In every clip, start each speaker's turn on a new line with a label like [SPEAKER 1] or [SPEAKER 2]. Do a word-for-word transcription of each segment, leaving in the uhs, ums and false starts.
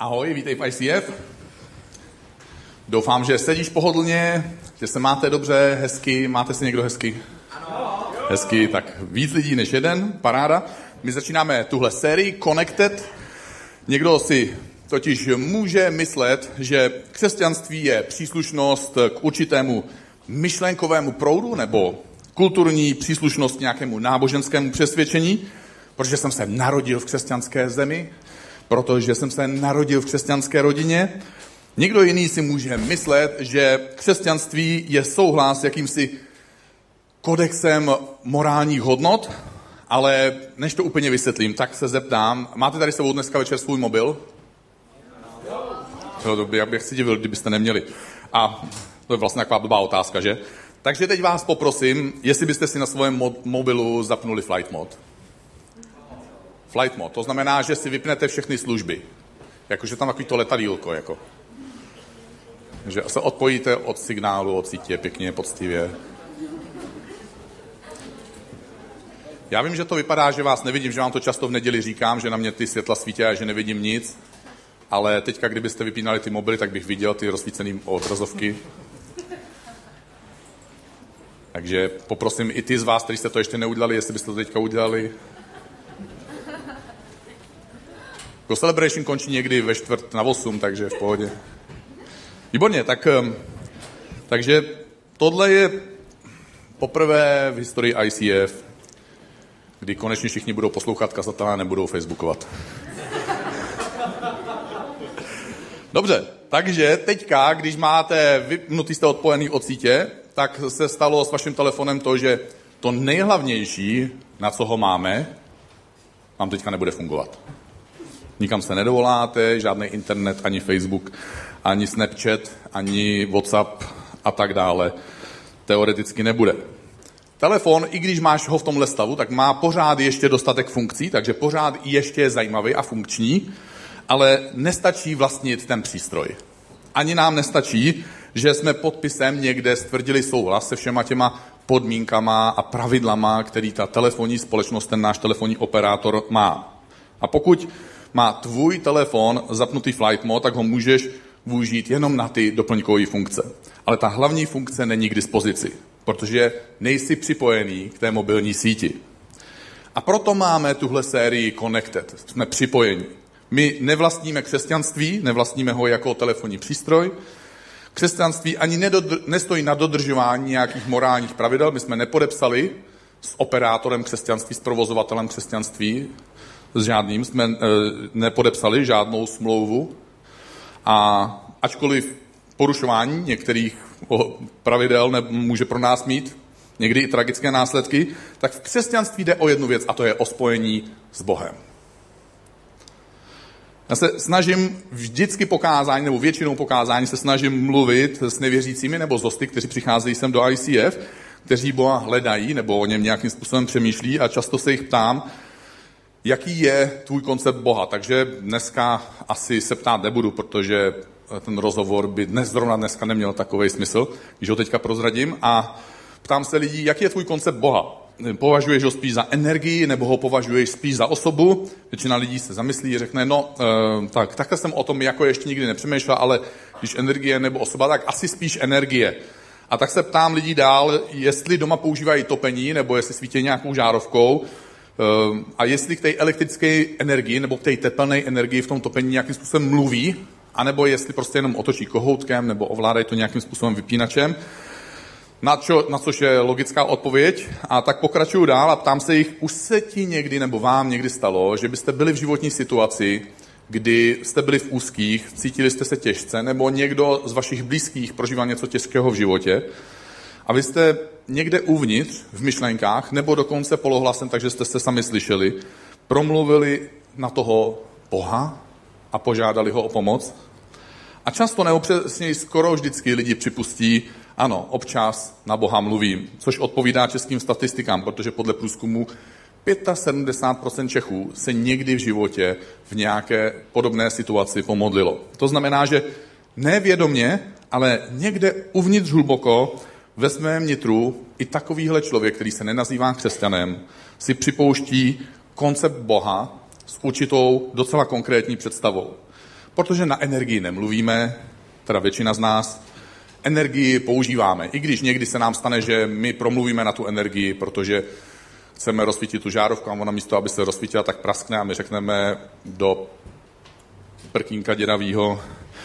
[SPEAKER 1] Ahoj, vítej v I C F. Doufám, že sedíš pohodlně, že se máte dobře, hezky. Máte si někdo hezky?
[SPEAKER 2] Ano.
[SPEAKER 1] Hezky, tak víc lidí než jeden, paráda. My začínáme tuhle sérii Connected. Někdo si totiž může myslet, že křesťanství je příslušnost k určitému myšlenkovému proudu nebo kulturní příslušnost k nějakému náboženskému přesvědčení, protože jsem se narodil v křesťanské zemi, protože jsem se narodil v křesťanské rodině. Někdo jiný si může myslet, že křesťanství je souhlas s jakýmsi kodexem morálních hodnot, ale než to úplně vysvětlím, tak se zeptám, máte tady s sebou dneska večer svůj mobil? Jo, já bych si divil, kdybyste neměli. A to je vlastně taková blbá otázka, že? Takže teď vás poprosím, jestli byste si na svém mobilu zapnuli flight mode. Flight mode, to znamená, že si vypnete všechny služby. Jakože tam takový to letadýlko, jako. Že se odpojíte od signálu, od sítě, pěkně, poctivě. Já vím, že to vypadá, že vás nevidím, že vám to často v neděli říkám, že na mě ty světla svítí a že nevidím nic, ale teďka, kdybyste vypínali ty mobily, tak bych viděl ty rozsvícené obrazovky. Takže poprosím i ty z vás, kteří jste to ještě neudělali, jestli byste to teďka udělali. Go Celebration končí někdy ve čtvrt na osm, takže v pohodě. Výborně, tak, takže tohle je poprvé v historii I C F, kdy konečně všichni budou poslouchat kazatele a nebudou facebookovat. Dobře, takže teďka, když máte vypnutý, jste odpojený od sítě, tak se stalo s vaším telefonem to, že to nejhlavnější, na co ho máme, vám teďka nebude fungovat. Nikam se nedovoláte, žádný internet, ani Facebook, ani Snapchat, ani WhatsApp a tak dále. Teoreticky nebude. Telefon, i když máš ho v tomhle stavu, tak má pořád ještě dostatek funkcí, takže pořád ještě je zajímavý a funkční, ale nestačí vlastnit ten přístroj. Ani nám nestačí, že jsme podpisem někde stvrdili souhlas se všema těma podmínkama a pravidlama, který ta telefonní společnost, ten náš telefonní operátor má. A pokud má tvůj telefon zapnutý flight mode, tak ho můžeš využít jenom na ty doplňkové funkce. Ale ta hlavní funkce není k dispozici, protože nejsi připojený k té mobilní síti. A proto máme tuhle sérii Connected. Jsme připojeni. My nevlastníme křesťanství, nevlastníme ho jako telefonní přístroj. Křesťanství ani nedodr- nestojí na dodržování nějakých morálních pravidel. My jsme nepodepsali s operátorem křesťanství, s provozovatelem křesťanství, s žádným jsme e, nepodepsali žádnou smlouvu. A ačkoliv porušování některých pravidel může pro nás mít někdy i tragické následky, tak v křesťanství jde o jednu věc, a to je o spojení s Bohem. Já se snažím vždycky pokázání, nebo většinou pokázání se snažím mluvit s nevěřícími nebo s hosty, kteří přicházejí sem do I C F, kteří Boha hledají nebo o něm nějakým způsobem přemýšlí, a často se jich ptám, jaký je tvůj koncept Boha. Takže dneska asi se ptát nebudu, protože ten rozhovor by dnes zrovna dneska neměl takovej smysl, když ho teďka prozradím. A ptám se lidí, jaký je tvůj koncept Boha. Považuješ ho spíš za energii, nebo ho považuješ spíš za osobu? Většina lidí se zamyslí a řekne, no, e, tak, takhle jsem o tom jako ještě nikdy nepřemýšlel, ale když energie nebo osoba, tak asi spíš energie. A tak se ptám lidí dál, jestli doma používají topení, nebo jestli svítí nějakou žárovkou, e, a jestli k té elektrické energii, nebo k té tepelné energii v tom topení nějakým způsobem mluví, anebo jestli prostě jenom otočí kohoutkem, nebo ovládají to nějakým způsobem vypínačem. Na, čo, na což je logická odpověď. A tak pokračuju dál a ptám se jich, už se ti někdy nebo vám někdy stalo, že byste byli v životní situaci, kdy jste byli v úzkých, cítili jste se těžce, nebo někdo z vašich blízkých prožíval něco těžkého v životě a vy jste někde uvnitř v myšlenkách, nebo dokonce polohlasem, takže jste se sami slyšeli, promluvili na toho Boha a požádali ho o pomoc. A často nebo přesně skoro vždycky lidi připustí, ano, občas na Boha mluvím, což odpovídá českým statistikám, protože podle průzkumu sedmdesát pět procent Čechů se někdy v životě v nějaké podobné situaci pomodlilo. To znamená, že nevědomě, ale někde uvnitř hluboko ve svém nitru i takovýhle člověk, který se nenazývá křesťanem, si připouští koncept Boha s určitou docela konkrétní představou. Protože na energii nemluvíme, teda většina z nás, energii používáme. I když někdy se nám stane, že my promluvíme na tu energii, protože chceme rozsvítit tu žárovku a ona místo, aby se rozsvítila, tak praskne a my řekneme do prkínka děravýho.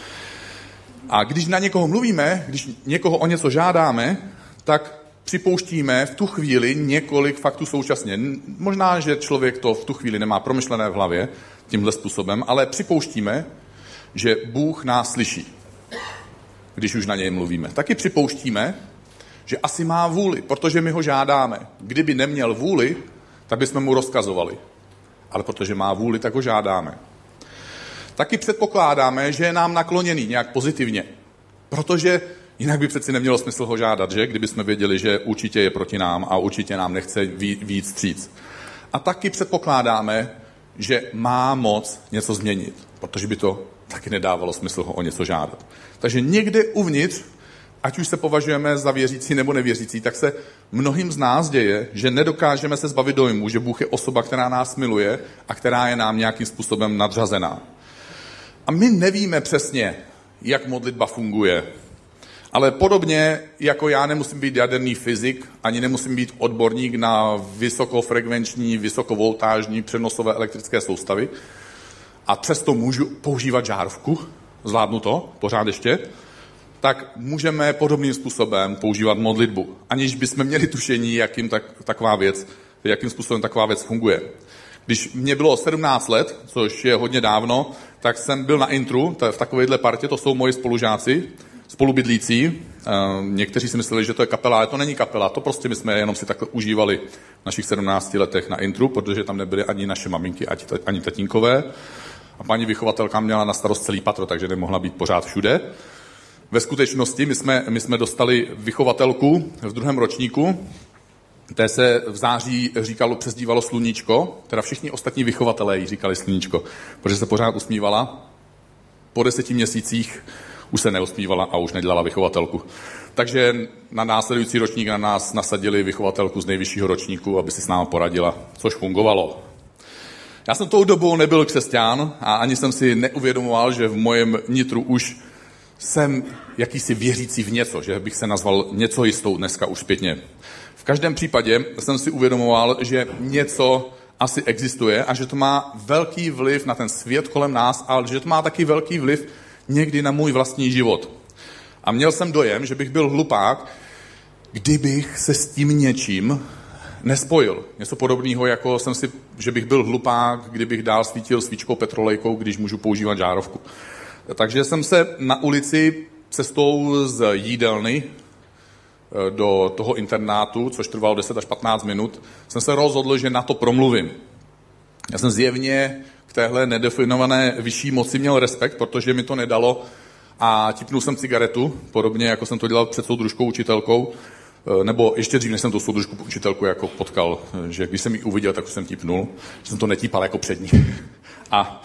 [SPEAKER 1] A když na někoho mluvíme, když někoho o něco žádáme, tak připouštíme v tu chvíli několik faktů současně. Možná, že člověk to v tu chvíli nemá promyšlené v hlavě tímhle způsobem, ale připouštíme, že Bůh nás slyší, když už na něj mluvíme. Taky připouštíme, že asi má vůli, protože my ho žádáme. Kdyby neměl vůli, tak bychom mu rozkazovali. Ale protože má vůli, tak ho žádáme. Taky předpokládáme, že je nám nakloněný nějak pozitivně. Protože jinak by přeci nemělo smysl ho žádat, že? Kdyby jsme věděli, že určitě je proti nám a určitě nám nechce víc vstříc. A taky předpokládáme, že má moc něco změnit, protože by to taky nedávalo smysl ho o něco žádat. Takže někde uvnitř, ať už se považujeme za věřící nebo nevěřící, tak se mnohým z nás děje, že nedokážeme se zbavit dojmu, že Bůh je osoba, která nás miluje a která je nám nějakým způsobem nadřazená. A my nevíme přesně, jak modlitba funguje. Ale podobně jako já nemusím být jaderný fyzik, ani nemusím být odborník na vysokofrekvenční, vysokovoltážní přenosové elektrické soustavy a přesto můžu používat žárovku, zvládnu to pořád ještě, tak můžeme podobným způsobem používat modlitbu, aniž bychom měli tušení, jakým tak, taková věc, jakým způsobem taková věc funguje. Když mě bylo sedmnáct let, což je hodně dávno, tak jsem byl na intru, v takovéhle partě, to jsou moji spolužáci, spolubydlící. Někteří si mysleli, že to je kapela, ale to není kapela, to prostě my jsme jenom si takhle užívali v našich sedmnácti letech na intru, protože tam nebyly ani naše maminky, ani tatínkové. A paní vychovatelka měla na starost celý patro, takže nemohla být pořád všude. Ve skutečnosti my jsme, my jsme dostali vychovatelku v druhém ročníku, té se v září říkalo, přezdívalo Sluníčko, teda všichni ostatní vychovatelé jí říkali Sluníčko, protože se pořád usmívala. Po deseti měsících už se neusmívala a už nedělala vychovatelku. Takže na následující ročník na nás nasadili vychovatelku z nejvyššího ročníku, aby si s námi poradila, což fungovalo. Já jsem tou dobou nebyl křesťan a ani jsem si neuvědomoval, že v mojem nitru už jsem jakýsi věřící v něco, že bych se nazval něco jistou dneska už zpětně. V každém případě jsem si uvědomoval, že něco asi existuje a že to má velký vliv na ten svět kolem nás, ale že to má taky velký vliv někdy na můj vlastní život. A měl jsem dojem, že bych byl hlupák, kdybych se s tím něčím nespojil. Něco podobného, jako jsem si, že bych byl hlupák, kdybych dál svítil svíčkou petrolejkou, když můžu používat žárovku. Takže jsem se na ulici cestou z jídelny do toho internátu, což trvalo deset až patnáct minut, jsem se rozhodl, že na to promluvím. Já jsem zjevně k téhle nedefinované vyšší moci měl respekt, protože mi to nedalo a tipnul jsem cigaretu, podobně jako jsem to dělal před soudružkou učitelkou, nebo ještě dřív, než jsem tu soudružku učitelku jako potkal, že když jsem ji uviděl, tak už jsem tipnul, že jsem to netípal jako před ní. A,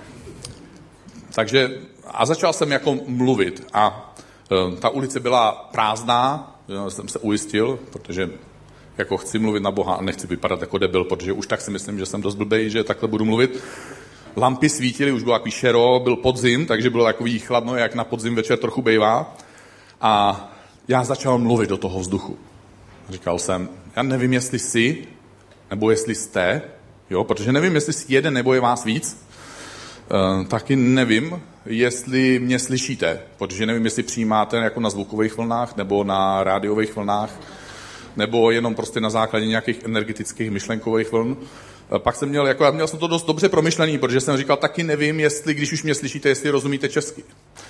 [SPEAKER 1] takže, a začal jsem jako mluvit a ta ulice byla prázdná, jsem se ujistil, protože jako chci mluvit na Boha a nechci vypadat jako debil, protože už tak si myslím, že jsem dost blbej, že takhle budu mluvit. Lampy svítily, už bylo takový šero, byl podzim, takže bylo takový chladno, jak na podzim večer trochu bejvá. A já začal mluvit do toho vzduchu. Říkal jsem, já nevím, jestli jsi, nebo jestli jste, jo, protože nevím, jestli jsi jeden, nebo je vás víc. E, taky nevím, jestli mě slyšíte, protože nevím, jestli přijímáte jako na zvukových vlnách, nebo na rádiových vlnách, nebo jenom prostě na základě nějakých energetických myšlenkových vln. Pak jsem měl, jako, měl jsem to dost dobře promyšlený, protože jsem říkal, taky nevím, jestli, když už mě slyšíte, jestli rozumíte česky.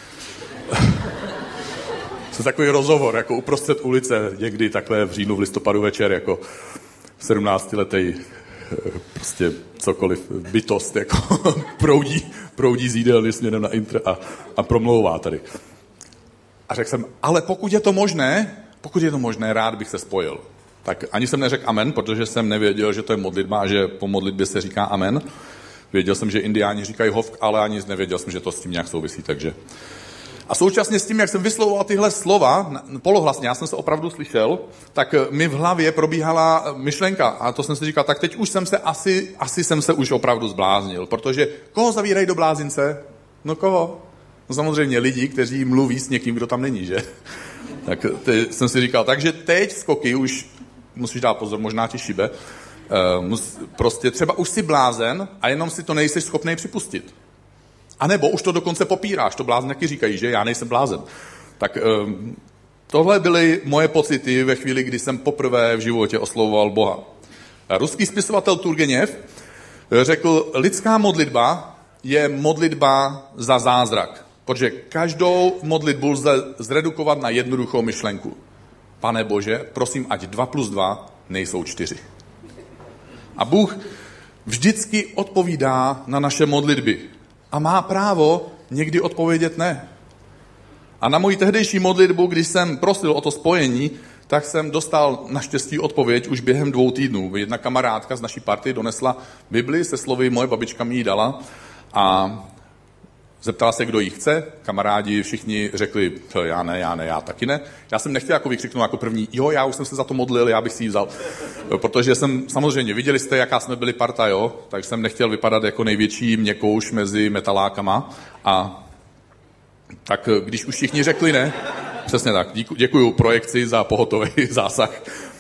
[SPEAKER 1] To je takový rozhovor, jako uprostřed ulice, někdy takhle v říjnu, v listopadu večer, jako sedmnáctiletý prostě cokoliv, bytost, jako proudí, proudí z jídelny směrem na intr a, a promlouvá tady. A řekl jsem, ale pokud je to možné, pokud je to možné, rád bych se spojil. Tak ani jsem neřekl amen, protože jsem nevěděl, že to je modlitba a že po modlitbě se říká amen. Věděl jsem, že indiáni říkají hovk, ale ani nevěděl jsem, že to s tím nějak souvisí, takže... A současně s tím, jak jsem vyslovoval tyhle slova, polohlasně, já jsem se opravdu slyšel, tak mi v hlavě probíhala myšlenka a to jsem si říkal, tak teď už jsem se asi, asi jsem se už opravdu zbláznil, protože koho zavírají do blázince? No koho? No samozřejmě lidi, kteří mluví s někým, kdo tam není, že? Tak ty, jsem si říkal, takže teď skoky už musíš dát pozor, možná ti šibe. Uh, mus, prostě třeba už jsi blázen a jenom si to nejsi schopný připustit. A nebo už to dokonce popíráš, to blázen taky říkají, že já nejsem blázen. Tak uh, tohle byly moje pocity ve chvíli, kdy jsem poprvé v životě oslovoval Boha. A ruský spisovatel Turgeněv řekl, lidská modlitba je modlitba za zázrak, protože každou modlitbu lze zredukovat na jednoduchou myšlenku. Pane Bože, prosím, ať dva plus dva nejsou čtyři. A Bůh vždycky odpovídá na naše modlitby. A má právo někdy odpovědět ne. A na moji tehdejší modlitbu, když jsem prosil o to spojení, tak jsem dostal naštěstí odpověď už během dvou týdnů. Jedna kamarádka z naší party donesla Bibli se slovy, moje babička mi ji dala a zeptala se, kdo ji chce. Kamarádi všichni řekli, já ne, já ne, já taky ne. Já jsem nechtěl jako vykřiknout jako první, jo, já už jsem se za to modlil, já bych si ji vzal. Protože jsem, samozřejmě, viděli jste, jaká jsme byli parta, jo, tak jsem nechtěl vypadat jako největší měkouš mezi metalákama. A tak když už všichni řekli ne, přesně tak, děkuju projekci za pohotový zásah.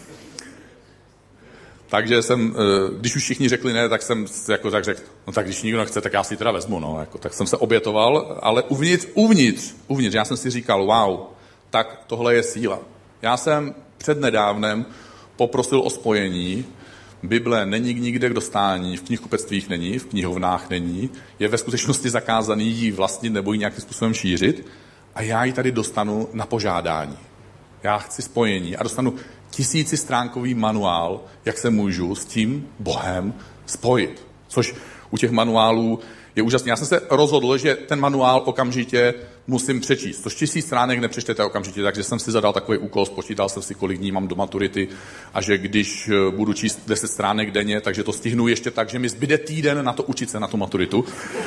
[SPEAKER 1] Takže jsem, když už všichni řekli ne, tak jsem jako tak řekl, no tak když nikdo nechce, tak já si teda vezmu, no, jako, tak jsem se obětoval, ale uvnitř, uvnitř, uvnitř, já jsem si říkal, wow, tak tohle je síla. Já jsem přednedávnem poprosil o spojení, Bible není nikde k dostání, v knihkupectvích není, v knihovnách není, je ve skutečnosti zakázaný ji vlastnit nebo ji nějakým způsobem šířit a já ji tady dostanu na požádání. Já chci spojení a dostanu tisícistránkový manuál, jak se můžu s tím Bohem spojit. Což u těch manuálů je úžasné. Já jsem se rozhodl, že ten manuál okamžitě musím přečíst. Což tisíc stránek nepřečtete okamžitě, takže jsem si zadal takový úkol, spočítal jsem si, kolik dní mám do maturity a že když budu číst deset stránek denně, takže to stihnu ještě tak, že mi zbyde týden na to učit se na tu maturitu.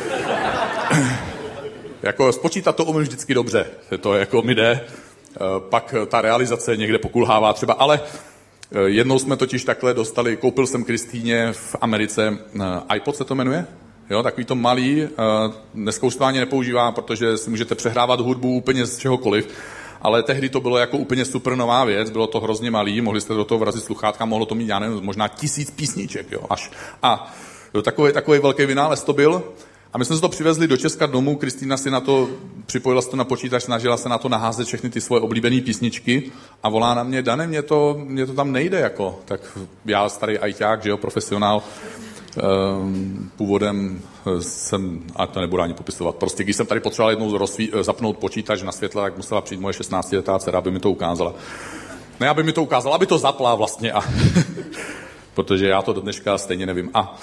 [SPEAKER 1] Jako spočítat to umím vždycky dobře. To jako mi jde. Pak ta realizace někde pokulhává třeba, ale jednou jsme totiž takhle dostali, koupil jsem Kristýně v Americe, iPod se to jmenuje, jo, takový to malý, dneska už to ani nepoužívá, protože si můžete přehrávat hudbu úplně z čehokoliv, ale tehdy to bylo jako úplně super nová věc, bylo to hrozně malý, mohli jste do toho vrazit sluchátka, mohlo to mít, já nevím, možná tisíc písniček, jo, až. A takový, takový velký vynález to byl. A my jsme se to přivezli do Česka domů, Kristýna si na to, připojila se to na počítač, snažila se na to naházet všechny ty svoje oblíbené písničky a volá na mě, Dane, mě to, mě to tam nejde, jako. Tak já starý ajťák, že jo, profesionál, um, původem jsem, a to nebudu ani popisovat, prostě když jsem tady potřeboval jednou rozsví, zapnout počítač na světle, tak musela přijít moje šestnáctiletá dcera, aby mi to ukázala. Ne, aby mi to ukázala, aby to zapla vlastně, a protože já to do dneška stejně nevím. A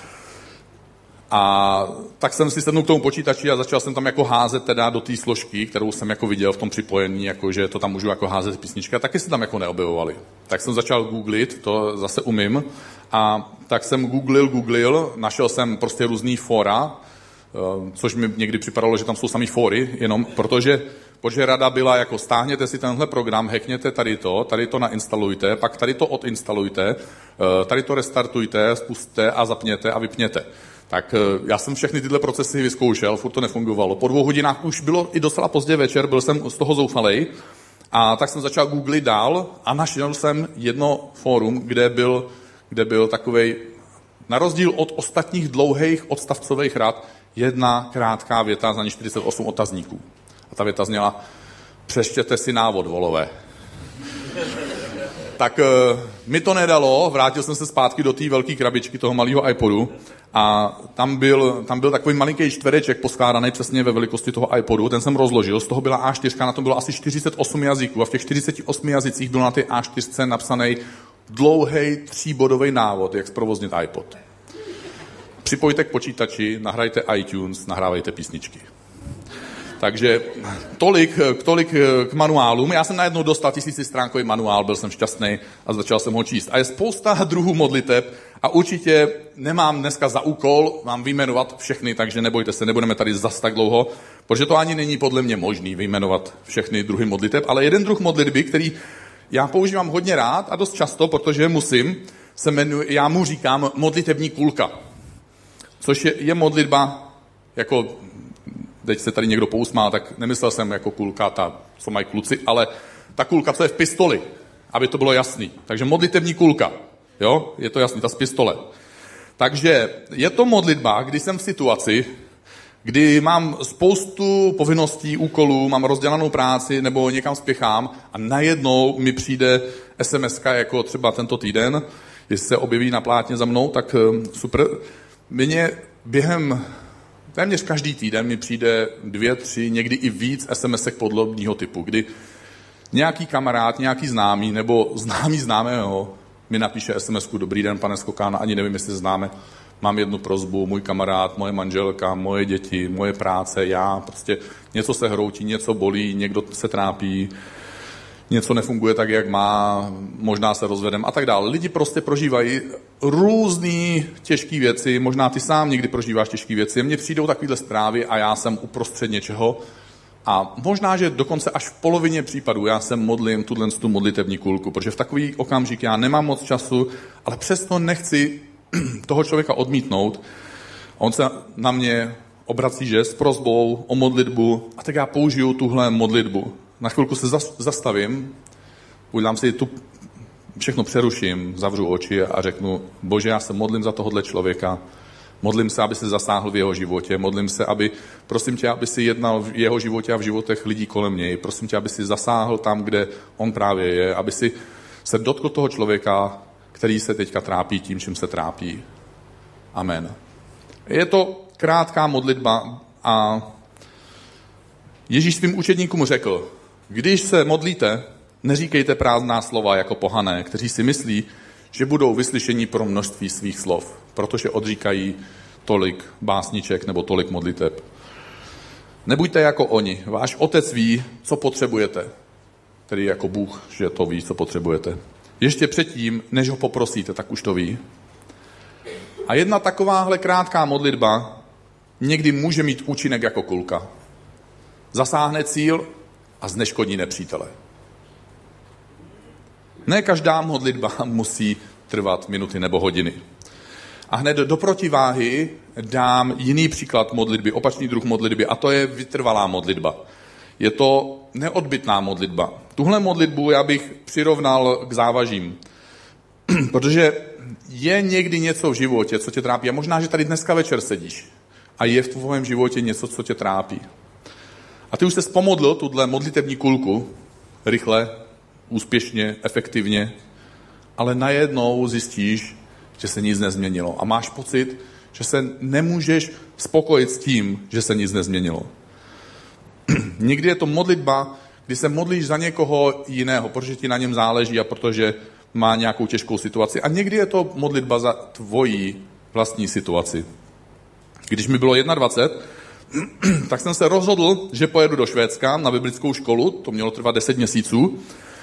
[SPEAKER 1] A tak jsem si sednul k tomu počítači a začal jsem tam jako házet teda do té složky, kterou jsem jako viděl v tom připojení, jako že to tam můžu jako házet písničky, a taky se tam jako neobjevovaly. Tak jsem začal googlit, to zase umím, a tak jsem googlil, googlil, našel jsem prostě různý fora, což mi někdy připadalo, že tam jsou samý fóry, jenom protože, protože rada byla jako stáhněte si tenhle program, hackněte tady to, tady to nainstalujte, pak tady to odinstalujte, tady to restartujte, spustte a zapněte a vypněte. Tak já jsem všechny tyhle procesy vyzkoušel, furt to nefungovalo. Po dvou hodinách už bylo i docela pozdě večer, byl jsem z toho zoufalej, a tak jsem začal googlit dál a našel jsem jedno fórum, kde byl, kde byl takovej, na rozdíl od ostatních dlouhých odstavcových rad, jedna krátká věta, za ní čtyřicet osm otazníků. A ta věta zněla, přečtěte si návod, volové. Tak uh, mi to nedalo, vrátil jsem se zpátky do té velké krabičky toho malého iPodu a tam byl, tam byl takový malinký čtvereček poskládaný přesně ve velikosti toho iPodu, ten jsem rozložil, z toho byla á čtyři, na tom bylo asi čtyřicet osm jazyků a v těch čtyřiceti osmi jazycích byl na té á čtyři napsaný dlouhý tříbodový návod, jak zprovoznit iPod. Připojte k počítači, nahrajte iTunes, nahrávejte písničky. Takže tolik, tolik k manuálům. Já jsem najednou dostal tisícistránkový manuál, byl jsem šťastný a začal jsem ho číst. A je spousta druhů modliteb a určitě nemám dneska za úkol vám vyjmenovat všechny, takže nebojte se, nebudeme tady zas tak dlouho, protože to ani není podle mě možný vyjmenovat všechny druhy modliteb, ale jeden druh modlitby, který já používám hodně rád a dost často, protože musím, se jmenuje, já mu říkám modlitební kulka, což je, je modlitba jako teď se tady někdo pousmál, tak nemyslel jsem jako kulka, ta, co mají kluci, ale ta kulka, co je v pistoli, aby to bylo jasný. Takže modlitevní kulka, jo, je to jasný, ta z pistole. Takže je to modlitba, když jsem v situaci, kdy mám spoustu povinností, úkolů, mám rozdělanou práci nebo někam spěchám a najednou mi přijde es em eska jako třeba tento týden, jestli se objeví na plátně za mnou, tak super. Mně během téměř každý týden mi přijde dvě, tři, někdy i víc es em esek podobného typu, kdy nějaký kamarád, nějaký známý nebo známý známého mi napíše es em esku: Dobrý den, pane Skokán, ani nevím, jestli známe. Mám jednu prosbu, můj kamarád, moje manželka, moje děti, moje práce, já, prostě něco se hroutí, něco bolí, někdo se trápí, něco nefunguje tak, jak má, možná se rozvedem a tak dále. Lidi prostě prožívají různý těžké věci, možná ty sám někdy prožíváš těžké věci. Mně přijdou takovéhle zprávy a já jsem uprostřed něčeho a možná, že dokonce až v polovině případů já se modlím tuhle tu modlitevní kulku, protože v takový okamžik já nemám moc času, ale přesto nechci toho člověka odmítnout. On se na mě obrací, že s prosbou o modlitbu a tak já použiju tuhle modlitbu. Na chvilku se zastavím, udělám si tu, všechno přeruším, zavřu oči a řeknu: Bože, já se modlím za tohohle člověka, modlím se, aby se zasáhl v jeho životě, modlím se, aby, prosím tě, aby si jednal v jeho životě a v životech lidí kolem něj, prosím tě, aby si zasáhl tam, kde on právě je, aby si se dotkl toho člověka, který se teďka trápí tím, čím se trápí. Amen. Je to krátká modlitba a Ježíš svým učedníkům řekl: Když se modlíte, neříkejte prázdná slova jako pohané, kteří si myslí, že budou vyslyšeni pro množství svých slov, protože odříkají tolik básniček nebo tolik modliteb. Nebuďte jako oni. Váš otec ví, co potřebujete. Tedy jako Bůh, že to ví, co potřebujete. Ještě předtím, než ho poprosíte, tak už to ví. A jedna takováhle krátká modlitba někdy může mít účinek jako kulka. Zasáhne cíl a zneškodní nepřítele. Ne každá modlitba musí trvat minuty nebo hodiny. A hned do protiváhy dám jiný příklad modlitby, opačný druh modlitby, a to je vytrvalá modlitba. Je to neodbytná modlitba. Tuhle modlitbu já bych přirovnal k závažím, protože je někdy něco v životě, co tě trápí. A možná, že tady dneska večer sedíš a je v tvém životě něco, co tě trápí. A ty už jsi pomodlil tuhle modlitební kulku rychle, úspěšně, efektivně, ale najednou zjistíš, že se nic nezměnilo. A máš pocit, že se nemůžeš spokojit s tím, že se nic nezměnilo. Někdy je to modlitba, kdy se modlíš za někoho jiného, protože ti na něm záleží a protože má nějakou těžkou situaci. A někdy je to modlitba za tvoji vlastní situaci. Když mi bylo dvacet jedna, tak jsem se rozhodl, že pojedu do Švédska na biblickou školu, to mělo trvat deset měsíců.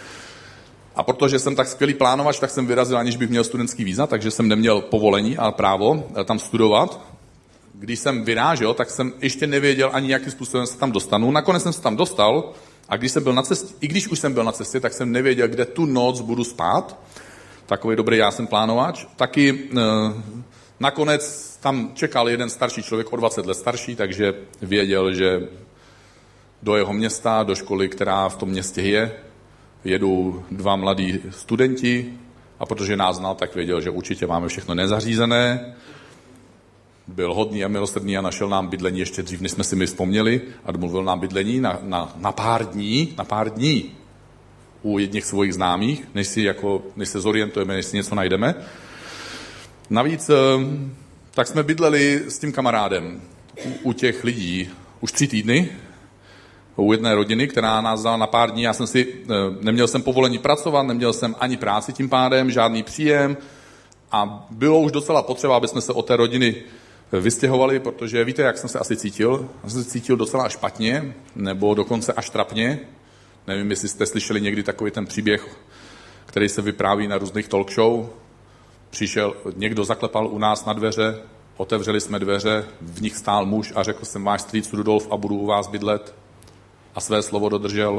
[SPEAKER 1] A protože jsem tak skvělý plánovač, tak jsem vyrazil, aniž bych měl studentský víza, takže jsem neměl povolení a právo tam studovat. Když jsem vyrážel, tak jsem ještě nevěděl ani, jakým způsobem se tam dostanu. Nakonec jsem se tam dostal a když jsem byl na cestě, i když už jsem byl na cestě, tak jsem nevěděl, kde tu noc budu spát. Takový dobrý já jsem plánovač. Taky e, nakonec tam čekal jeden starší člověk, o dvacet let starší, takže věděl, že do jeho města, do školy, která v tom městě je, jedou dva mladí studenti a protože nás znal, tak věděl, že určitě máme všechno nezařízené. Byl hodný a milosrdný a našel nám bydlení ještě dřív, než jsme si my vzpomněli a domluvil nám bydlení na, na, na pár dní, na pár dní u jedných svých známých, než, si jako, než se zorientujeme, než si něco najdeme. Navíc tak jsme bydleli s tím kamarádem u, u těch lidí už tři týdny, u jedné rodiny, která nás vzala na pár dní. Já jsem si, neměl jsem povolení pracovat, neměl jsem ani práci tím pádem, žádný příjem a bylo už docela potřeba, aby jsme se od té rodiny vystěhovali, protože víte, jak jsem se asi cítil? Já jsem se cítil docela špatně, nebo dokonce až trapně. Nevím, jestli jste slyšeli někdy takový ten příběh, který se vypráví na různých talk show. Přišel, někdo zaklepal u nás na dveře, otevřeli jsme dveře, v nich stál muž a řekl jsem: váš strýc Rudolf a budu u vás bydlet. A své slovo dodržel.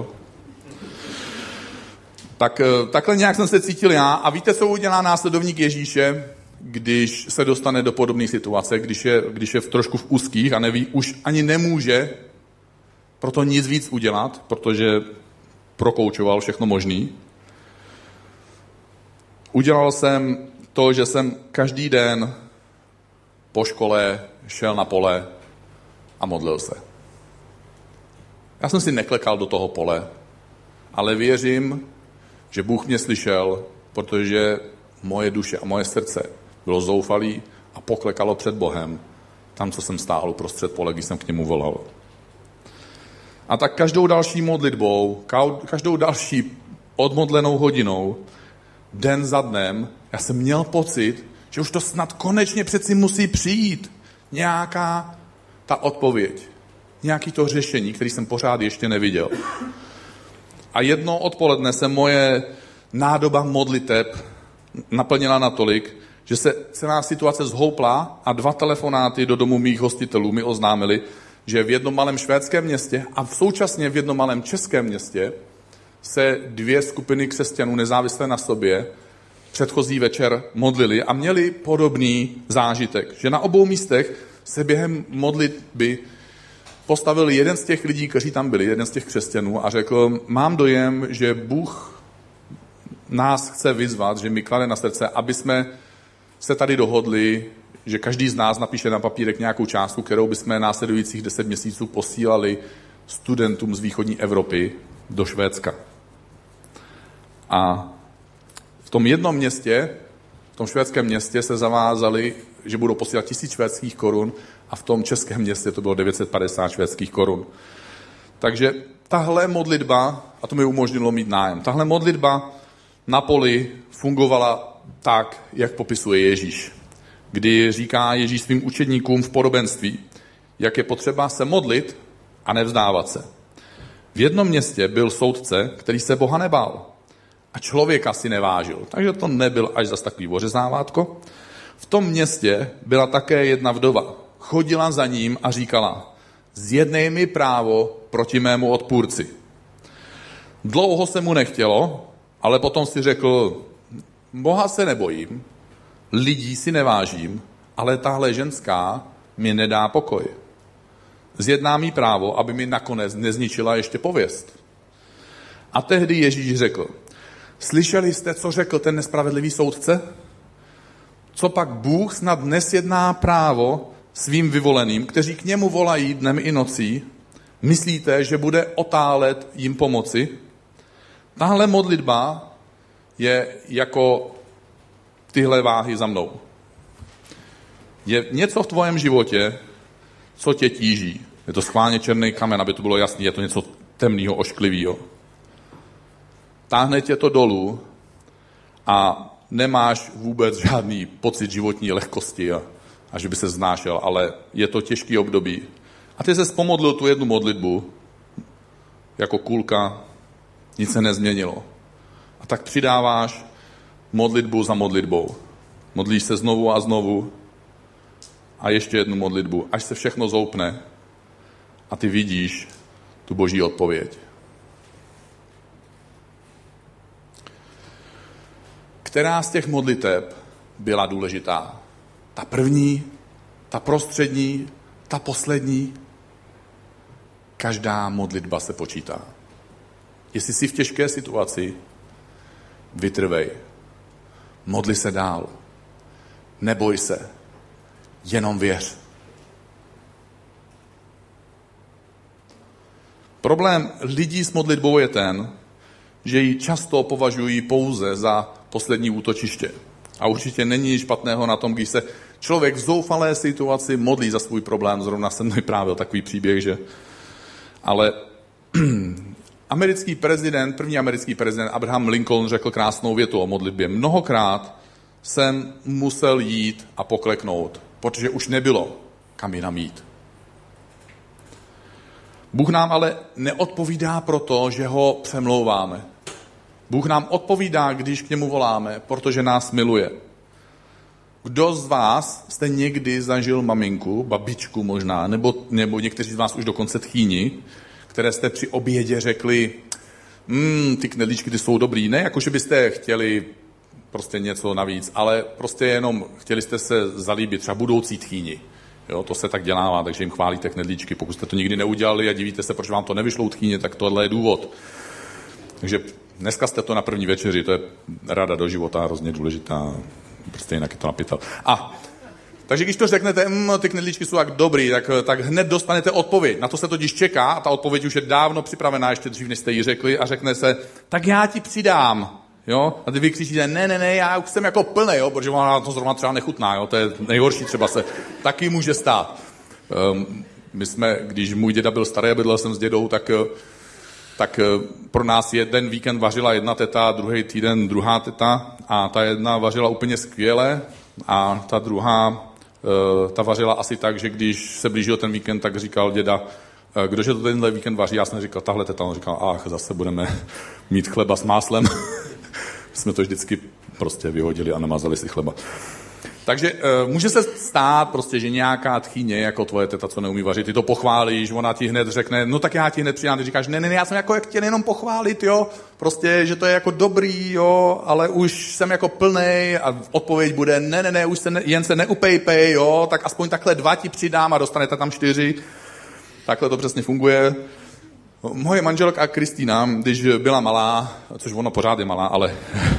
[SPEAKER 1] Tak, takhle nějak jsem se cítil já. A víte, co udělá následovník Ježíše, když se dostane do podobné situace, když je, když je v trošku v úzkých a neví, už ani nemůže proto nic víc udělat, protože prokoučoval všechno možný. Udělal jsem to, že jsem každý den po škole šel na pole a modlil se. Já jsem si neklekal do toho pole, ale věřím, že Bůh mě slyšel, protože moje duše a moje srdce bylo zoufalý a poklekalo před Bohem, tam, co jsem stál uprostřed pole, když jsem k němu volal. A tak každou další modlitbou, každou další odmodlenou hodinou, den za dnem, já jsem měl pocit, že už to snad konečně přeci musí přijít. Nějaká ta odpověď, nějaký to řešení, který jsem pořád ještě neviděl. A jedno odpoledne se moje nádoba modliteb naplnila natolik, že se celá situace zhoupla a dva telefonáty do domu mých hostitelů mi oznámili, že v jednom malém švédském městě a v současně v jednom malém českém městě se dvě skupiny křesťanů nezávisle na sobě předchozí večer modlili a měli podobný zážitek, že na obou místech se během modlitby postavil jeden z těch lidí, kteří tam byli, jeden z těch křesťanů a řekl, mám dojem, že Bůh nás chce vyzvat, že mi klade na srdce, aby jsme se tady dohodli, že každý z nás napíše na papírek nějakou částku, kterou bychom následujících deset měsíců posílali studentům z východní Evropy do Švédska. A v tom jednom městě, v tom švédském městě se zavázali, že budou posílat tisíc švédských korun a v tom českém městě to bylo devět set padesát švédských korun. Takže tahle modlitba, a to mi umožnilo mít nájem, tahle modlitba na poli fungovala tak, jak popisuje Ježíš. Kdy říká Ježíš svým učedníkům v podobenství, jak je potřeba se modlit a nevzdávat se. V jednom městě byl soudce, který se Boha nebál a člověka si nevážil, takže to nebyl až zas takový ořezávátko. V tom městě byla také jedna vdova. Chodila za ním a říkala, zjednej mi právo proti mému odpůrci. Dlouho se mu nechtělo, ale potom si řekl, Boha se nebojím, lidí si nevážím, ale tahle ženská mi nedá pokoj. Zjedná mi právo, aby mi nakonec nezničila ještě pověst. A tehdy Ježíš řekl, slyšeli jste, co řekl ten nespravedlivý soudce? Co pak Bůh snad nesjedná právo svým vyvoleným, kteří k němu volají dnem i nocí? Myslíte, že bude otálet jim pomoci? Tahle modlitba je jako tyhle váhy za mnou. Je něco v tvém životě, co tě tíží. Je to schválně černý kamen, aby to bylo jasný, je to něco temného, ošklivého. Táhne tě to dolů a nemáš vůbec žádný pocit životní lehkosti a, a že by se znášel, ale je to těžký období. A ty se pomodlil tu jednu modlitbu, jako kulka, nic se nezměnilo. A tak přidáváš modlitbu za modlitbou. Modlíš se znovu a znovu a ještě jednu modlitbu, až se všechno zoupne a ty vidíš tu boží odpověď. Která z těch modliteb byla důležitá? Ta první, ta prostřední, ta poslední? Každá modlitba se počítá. Jestli jsi v těžké situaci, vytrvej. Modli se dál. Neboj se. Jenom věř. Problém lidí s modlitbou je ten, že ji často považují pouze za poslední útočiště. A určitě není nic špatného na tom, když se člověk v zoufalé situaci modlí za svůj problém. Zrovna jsem vyprávěl takový příběh, že... Ale americký prezident, první americký prezident Abraham Lincoln řekl krásnou větu o modlitbě. Mnohokrát jsem musel jít a pokleknout, protože už nebylo kam jinam jít. Bůh nám ale neodpovídá proto, že ho přemlouváme. Bůh nám odpovídá, když k němu voláme, protože nás miluje. Kdo z vás jste někdy zažil maminku, babičku možná, nebo, nebo někteří z vás už dokonce tchýni, které jste při obědě řekli, mmm, ty knedlíčky, ty jsou dobrý. Ne, jako že byste chtěli prostě něco navíc, ale prostě jenom chtěli jste se zalíbit třeba budoucí tchýni. Jo, to se tak dělává, takže jim chválíte knedlíčky. Pokud jste to nikdy neudělali a divíte se, proč vám to nevyšlo u tchýně, tak tohle je důvod. Takže dneska jste to na první večeři, to je rada do života, hrozně důležitá, prostě jinak je to napitel. A takže když to řeknete, mmm, ty knedlíčky jsou tak dobrý, tak, tak hned dostanete odpověď. Na to se totiž čeká a ta odpověď už je dávno připravená, ještě dřív, než jste ji řekli, a řekne se, tak já ti přidám. Jo? A ty vykřičíte, ne, ne, ne, já už jsem jako plný, jo? Protože ona to zrovna třeba nechutná, jo? To je nejhorší, třeba se taky může stát. Um, my jsme, když můj děda byl starý a bydlel jsem s dědou, tak, tak pro nás jeden víkend vařila jedna teta, druhý týden druhá teta a ta jedna vařila úplně skvěle a ta druhá ta vařila asi tak, že když se blížil ten víkend, tak říkal děda, kdože to tenhle víkend vaří, já jsem říkal, tahle teta, on říkal, ach, zase budeme mít chleba s máslem. Jsme to vždycky prostě vyhodili a namazali si chleba. Takže uh, může se stát prostě, že nějaká tchýně, jako tvoje teta, co neumí vařit, ty to pochválíš, ona ti hned řekne, no tak já ti hned přidám, ty říkáš, ne, ne, ne, já jsem jako chtěl jenom pochválit, jo, prostě, že to je jako dobrý, jo, ale už jsem jako plnej a odpověď bude, ne, ne, ne, už se ne, jen se neupejpej, jo, tak aspoň takhle dva ti přidám a dostanete tam čtyři. Takhle to přesně funguje. Moje manželka Kristýna, když byla malá, což ona pořád je malá, ale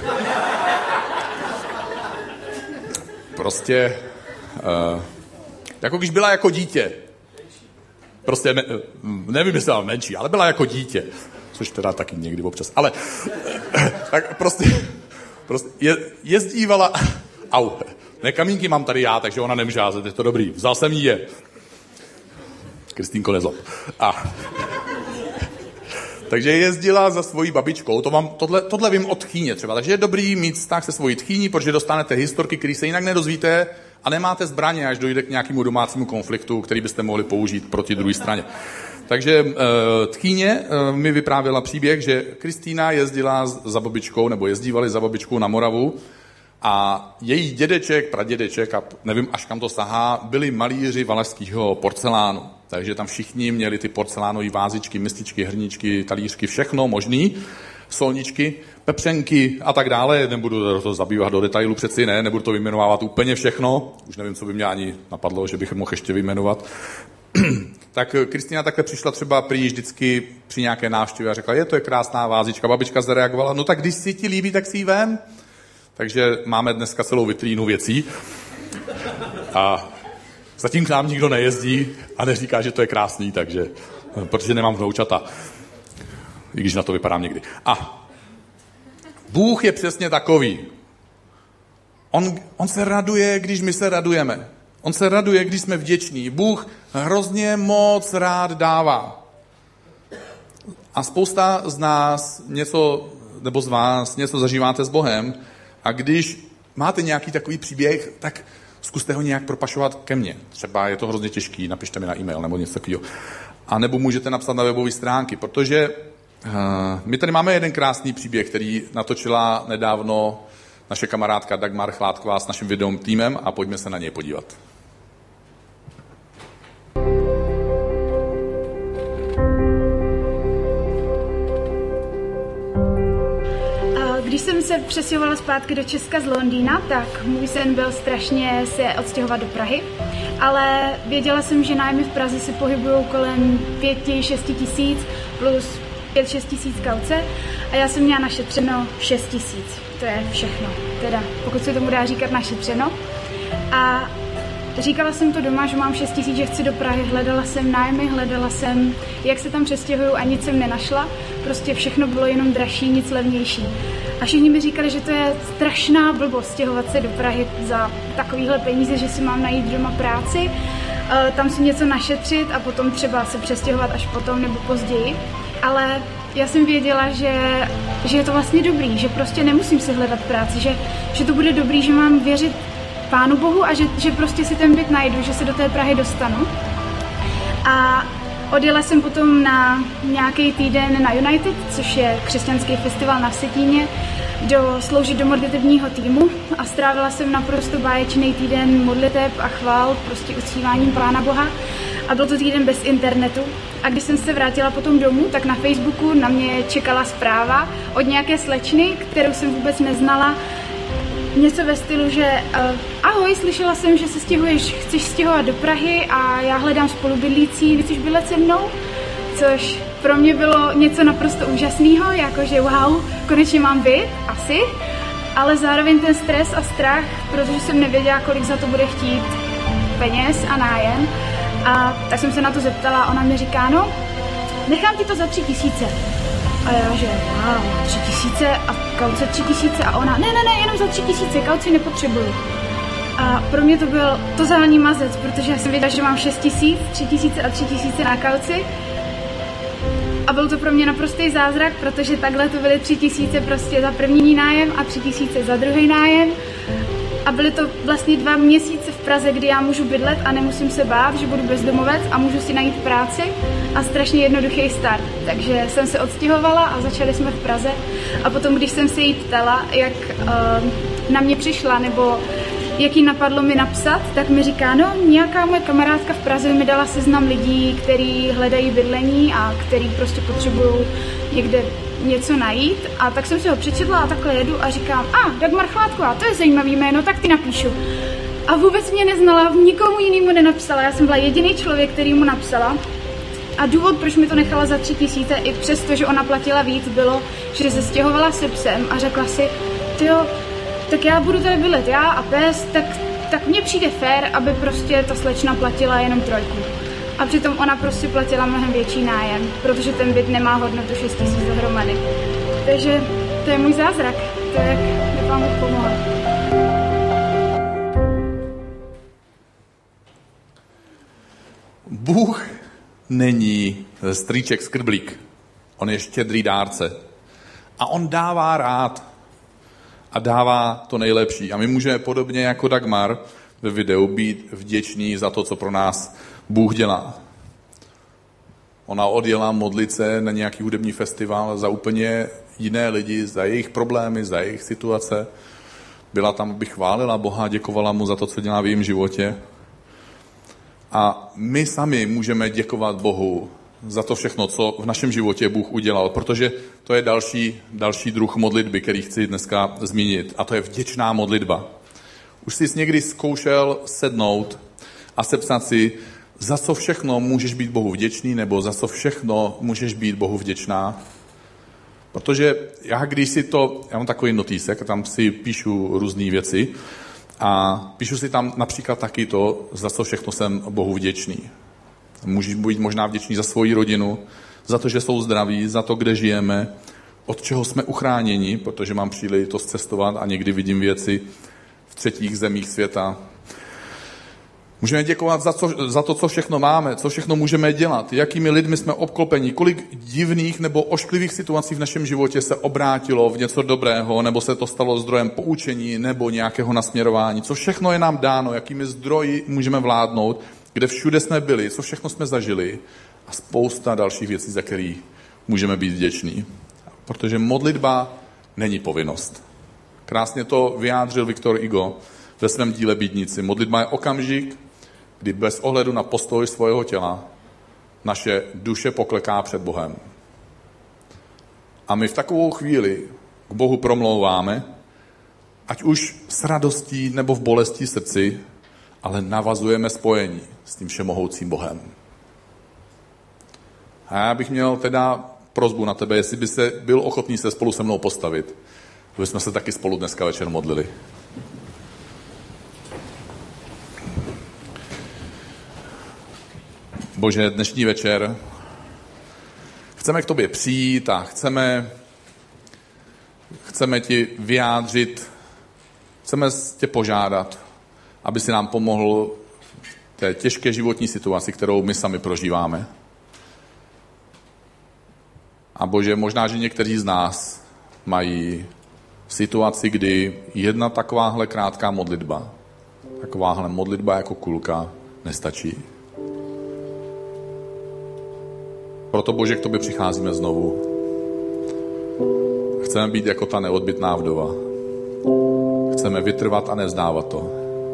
[SPEAKER 1] prostě, uh, jako když byla jako dítě, prostě ne, nevím, jestli byla menší, ale byla jako dítě, což teda taky někdy občas, ale tak prostě, prostě je, jezdívala, au, ne, kamínky mám tady já, takže ona nemůže házet, je to dobrý, vzal jsem jí je. Kristýnko, nezlob. A takže jezdila za svojí babičkou, to vám, tohle, tohle vím od tchýně třeba, takže je dobrý mít vztah se svojí tchýní, protože dostanete historky, které se jinak nedozvíte a nemáte zbraně, až dojde k nějakému domácímu konfliktu, který byste mohli použít proti druhé straně. Takže tchýně mi vyprávěla příběh, že Kristýna jezdila za babičkou, nebo jezdívali za babičkou na Moravu a její dědeček, pradědeček, a nevím, až kam to sahá, byli malíři valašského porcelánu. Takže tam všichni měli ty porcelánové vázičky, mističky, hrníčky, talířky, všechno možný, solničky, pepřenky a tak dále. Nebudu to zabývat do detailu, přeci ne, nebudu to vyjmenovávat úplně všechno. Už nevím, co by mě ani napadlo, že bych mohl ještě vyjmenovat. Tak Kristýna takhle přišla třeba prý vždycky při nějaké návštěvě a řekla, je, to je krásná vázička. Babička zareagovala, no tak když si ti líbí, tak si ji vem. Takže máme dneska celou vitrínu věcí. A zatím k nám nikdo nejezdí a neříká, že to je krásný, takže, protože nemám vnoučata. I když na to vypadám někdy. A Bůh je přesně takový. On, on se raduje, když my se radujeme. On se raduje, když jsme vděční. Bůh hrozně moc rád dává. A spousta z nás něco, nebo z vás něco zažíváte s Bohem a když máte nějaký takový příběh, tak zkuste ho nějak propašovat ke mně. Třeba je to hrozně těžký, napište mi na e-mail nebo něco takového. A nebo můžete napsat na webové stránky, protože uh, my tady máme jeden krásný příběh, který natočila nedávno naše kamarádka Dagmar Chládková s naším videom týmem a pojďme se na něj podívat.
[SPEAKER 2] Když jsem se přestěhovala zpátky do Česka z Londýna, tak můj sen byl strašně se odstěhovat do Prahy, ale věděla jsem, že nájmy v Praze se pohybují kolem pět šest tisíc plus pět šest tisíc kauce a já jsem měla našetřeno šest tisíc. To je všechno, teda pokud se tomu dá říkat našetřeno. A říkala jsem to doma, že mám šest tisíc, že chci do Prahy, hledala jsem nájmy, hledala jsem, jak se tam přestěhuju a nic jsem nenašla. Prostě všechno bylo jenom dražší, nic levnější. A všichni mi říkali, že to je strašná blbost stěhovat se do Prahy za takovýhle peníze, že si mám najít doma práci, tam si něco našetřit a potom třeba se přestěhovat až potom nebo později. Ale já jsem věděla, že, že je to vlastně dobrý, že prostě nemusím si hledat práci, že, že to bude dobrý, že mám věřit Pánu Bohu a že, že prostě si ten byt najdu, že se do té Prahy dostanu. A odjela jsem potom na nějaký týden na United, což je křesťanský festival na Vsetíně, do, sloužit do modlitebního týmu a strávila jsem naprosto báječný týden modliteb a chvál, prostě uctíváním Pána Boha. A byl to týden bez internetu. A když jsem se vrátila potom domů, tak na Facebooku na mě čekala zpráva od nějaké slečny, kterou jsem vůbec neznala, něco ve stylu, že uh, ahoj, slyšela jsem, že se stěhuješ, chceš stěhovat do Prahy a já hledám spolubydlící, chceš bydlet se mnou? Což pro mě bylo něco naprosto úžasného, jakože wow, konečně mám byt, asi, ale zároveň ten stres a strach, protože jsem nevěděla, kolik za to bude chtít peněz a nájem. A tak jsem se na to zeptala a ona mi říká, no, nechám ti to za tři tisíce. A já, že wow, tři tisíce a kauce tři tisíce a ona, ne, ne, ne, jenom za tři tisíce, kauci nepotřebuju. A pro mě to byl totální mazec, protože já jsem věděla, že mám šest tisíc, tři tisíce a tři tisíce na kauci. A byl to pro mě naprostý zázrak, protože takhle to byly tři tisíce prostě za první nájem a tři tisíce za druhý nájem. A byly to vlastně dva měsíce v Praze, kdy já můžu bydlet a nemusím se bát, že budu bezdomovec a můžu si najít práci a strašně jednoduchý start. Takže jsem se odstěhovala a začali jsme v Praze. A potom, když jsem se jí ptala, jak uh, na mě přišla nebo jak jí napadlo mi napsat, tak mi říká, no nějaká moje kamarádka v Praze mi dala seznam lidí, kteří hledají bydlení a kteří prostě potřebují někde něco najít. A tak jsem si ho přečetla a takhle jedu a říkám, a ah, Dagmar Chládková, to je zajímavý jméno, tak ty napíšu. A vůbec mě neznala, nikomu jinému nenapsala, já jsem byla jediný člověk, který mu napsala. A důvod, proč mi to nechala za tři tisíce, i přesto, že ona platila víc, bylo, že se stěhovala se psem a řekla si, tyjo, tak já budu tady bydlet já a pes, tak, tak mně přijde fér, aby prostě ta slečna platila jenom trojku. A přitom ona prostě platila mnohem větší nájem, protože ten byt nemá hodnotu šest tisíc dohromady. Takže to je můj zázrak, to je, jak mi Pán Bůh pomohl.
[SPEAKER 1] Bůh není strýček skrblík, on je štědrý dárce a on dává rád. A dává to nejlepší. A my můžeme podobně jako Dagmar ve videu být vděční za to, co pro nás Bůh dělá. Ona odjela modlit se na nějaký hudební festival za úplně jiné lidi, za jejich problémy, za jejich situace. Byla tam, aby chválila Boha, děkovala mu za to, co dělá v jejím životě. A my sami můžeme děkovat Bohu za to všechno, co v našem životě Bůh udělal, protože to je další, další druh modlitby, který chci dneska zmínit, a to je vděčná modlitba. Už jsi někdy zkoušel sednout a sepsat si, za co všechno můžeš být Bohu vděčný, nebo za co všechno můžeš být Bohu vděčná? Protože já, když si to, já mám takový notýsek, tam si píšu různé věci a píšu si tam například taky to, za co všechno jsem Bohu vděčný. Můžeš být možná vděčný za svoji rodinu, za to, že jsou zdraví, za to, kde žijeme, od čeho jsme uchráněni, protože mám příležitost cestovat a někdy vidím věci v třetích zemích světa. Můžeme děkovat za, co, za to, co všechno máme, co všechno můžeme dělat, jakými lidmi jsme obklopeni, kolik divných nebo ošklivých situací v našem životě se obrátilo v něco dobrého, nebo se to stalo zdrojem poučení nebo nějakého nasměrování. Co všechno je nám dáno, jakými zdroji můžeme vládnout, kde všude jsme byli, co všechno jsme zažili a spousta dalších věcí, za které můžeme být vděční. Protože modlitba není povinnost. Krásně to vyjádřil Viktor Hugo ve svém díle Bídníci. Modlitba je okamžik, kdy bez ohledu na postoj svého těla naše duše pokleká před Bohem. A my v takovou chvíli k Bohu promlouváme, ať už s radostí nebo v bolesti srdci, ale navazujeme spojení s tím všemohoucím Bohem. A já bych měl teda prosbu na tebe, jestli by se byl ochotný se spolu se mnou postavit, aby jsme se taky spolu dneska večer modlili. Bože, dnešní večer chceme k tobě přijít a chceme, chceme ti vyjádřit, chceme tě požádat, aby si nám pomohl v té těžké životní situaci, kterou my sami prožíváme. A Bože, možná, že někteří z nás mají situaci, kdy jedna takováhle krátká modlitba, takováhle modlitba jako kulka nestačí. Proto, Bože, k tobě přicházíme znovu. Chceme být jako ta neodbytná vdova. Chceme vytrvat a nezdávat to.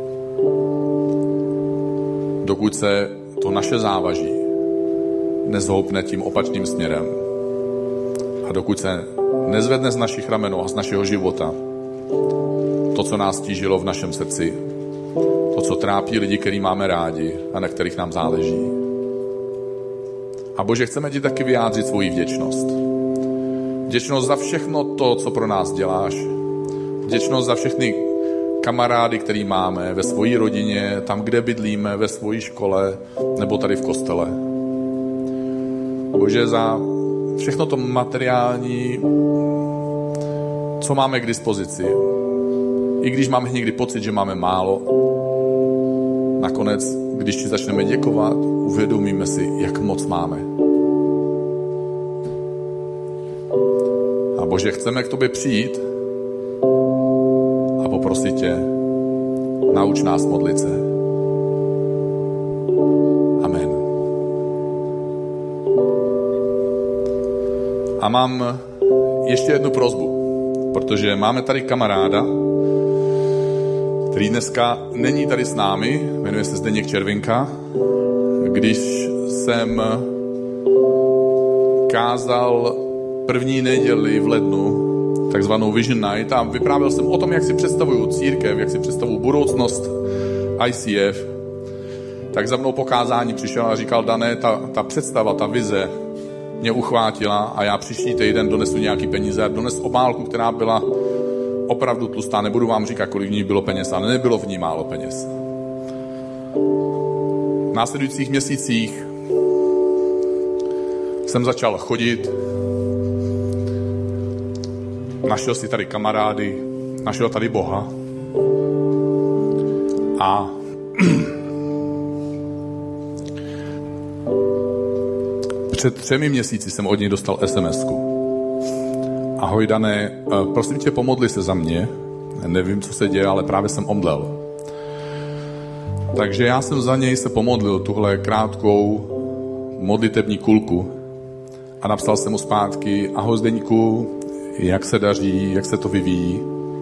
[SPEAKER 1] Dokud se to naše závaží nezhoupne tím opačným směrem a dokud se nezvedne z našich ramenů a z našeho života to, co nás tížilo v našem srdci, to, co trápí lidi, který máme rádi a na kterých nám záleží. A Bože, chceme ti taky vyjádřit svoji vděčnost. Vděčnost za všechno to, co pro nás děláš. Vděčnost za všechny kamarády, který máme ve své rodině, tam, kde bydlíme, ve své škole nebo tady v kostele. Bože, za všechno to materiální, co máme k dispozici. I když máme někdy pocit, že máme málo, nakonec, když ti začneme děkovat, uvědomíme si, jak moc máme. A Bože, chceme k tobě přijít a poprosit tě, nauč nás modlit se. Amen. A mám ještě jednu prosbu, protože máme tady kamaráda, který dneska není tady s námi, jmenuje se Zdeněk Červinka. Když jsem kázal první neděli v lednu, takzvanou Vision Night, a vyprávěl jsem o tom, jak si představuju církev, jak si představuju budoucnost I C F, tak za mnou po kázání přišel a říkal: Dané, ta, ta představa, ta vize mě uchvátila a já příští týden donesu nějaký peníze a dones obálku, která byla opravdu tlustá. Nebudu vám říkat, kolik v ní bylo peněz, ale nebylo v ní málo peněz. V následujících měsících jsem začal chodit, našel si tady kamarády, našel tady Boha a před třemi měsíci jsem od něj dostal es em esku. Ahoj Dané, prosím tě, pomodli se za mě. Nevím, co se děje, ale právě jsem omdlel. Takže já jsem za něj se pomodlil tuhle krátkou modlitební kulku a napsal jsem mu zpátky: ahoj Zdeňku, jak se daří, jak se to vyvíjí.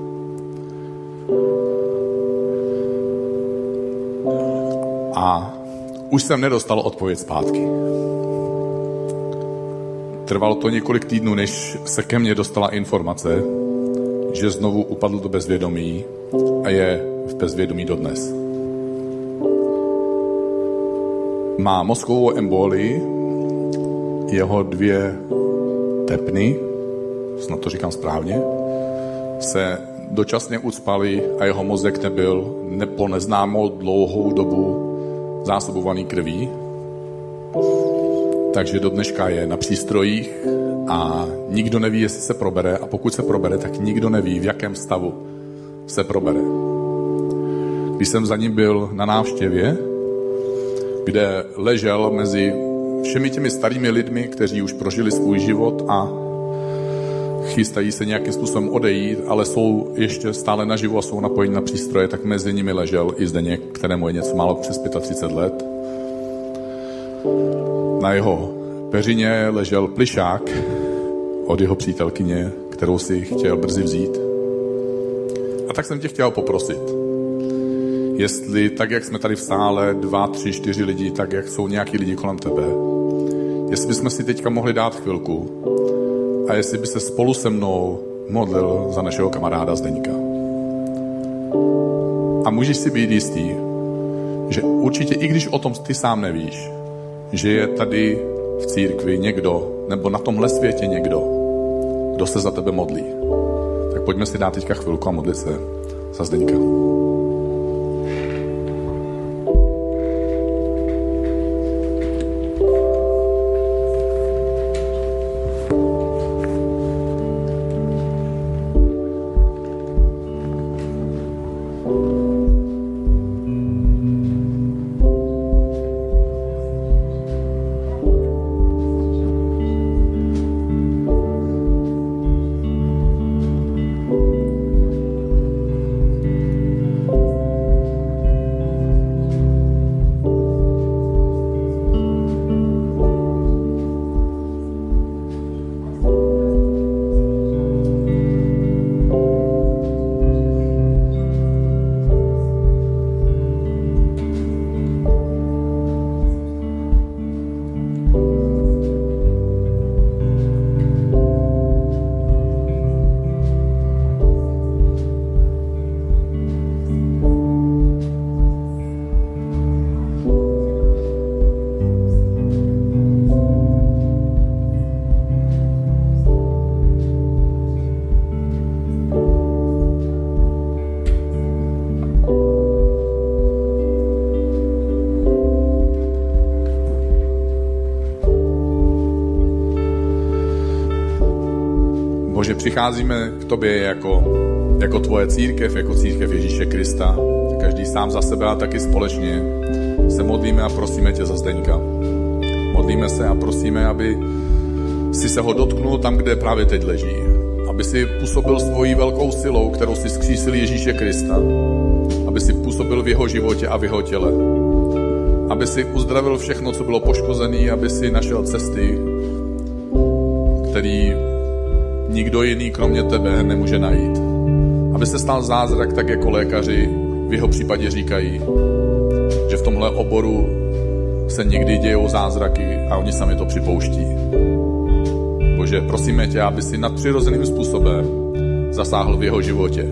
[SPEAKER 1] A už jsem nedostal odpověď zpátky. Trvalo to několik týdnů, než se ke mně dostala informace, že znovu upadl do bezvědomí a je v bezvědomí dodnes. Má mozkovou embolii, jeho dvě tepny, snad to říkám správně, se dočasně ucpaly a jeho mozek nebyl po neznámou dlouhou dobu zásobovaný krví. Takže do dneška je na přístrojích a nikdo neví, jestli se probere, a pokud se probere, tak nikdo neví, v jakém stavu se probere. Když jsem za ním byl na návštěvě, kde ležel mezi všemi těmi starými lidmi, kteří už prožili svůj život a chystají se nějakým způsobem odejít, ale jsou ještě stále naživu a jsou napojeni na přístroje, tak mezi nimi ležel i Zdeněk, kterému je něco málo přes třicet pět let. Na jeho peřině ležel plišák od jeho přítelkyně, kterou si chtěl brzy vzít. A tak jsem tě chtěl poprosit, jestli tak, jak jsme tady v sále, dva, tři, čtyři lidi, tak, jak jsou nějaký lidi kolem tebe, jestli bychom si teďka mohli dát chvilku a jestli by se spolu se mnou modlil za našeho kamaráda Zdeňka. A můžeš si být jistý, že určitě, i když o tom ty sám nevíš, že je tady v církvi někdo, nebo na tomhle světě někdo, kdo se za tebe modlí. Tak pojďme si dát teďka chvilku a modlit se za Zdeňka. Bože, přicházíme k tobě jako, jako tvoje církev, jako církev Ježíše Krista. Každý sám za sebe a taky společně se modlíme a prosíme tě za Zdeňka. Modlíme se a prosíme, aby si se ho dotknul tam, kde právě teď leží. Aby si působil svojí velkou silou, kterou si zkřísil Ježíše Krista. Aby si působil v jeho životě a v jeho těle. Aby si uzdravil všechno, co bylo poškozené, aby si našel cesty, který nikdo jiný kromě tebe nemůže najít. Aby se stal zázrak, tak jako lékaři v jeho případě říkají, že v tomhle oboru se někdy dějou zázraky a oni sami to připouští. Bože, prosíme tě, aby si nadpřirozeným způsobem zasáhl v jeho životě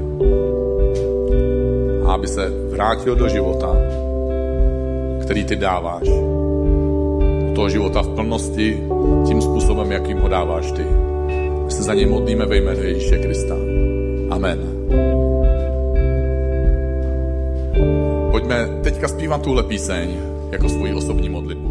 [SPEAKER 1] a aby se vrátil do života, který ty dáváš. Do toho života v plnosti tím způsobem, jakým ho dáváš ty. My se za něj modlíme ve jménu Ježíše Krista. Amen. Pojďme teďka zpívat tuhle píseň jako svoji osobní modlitbu.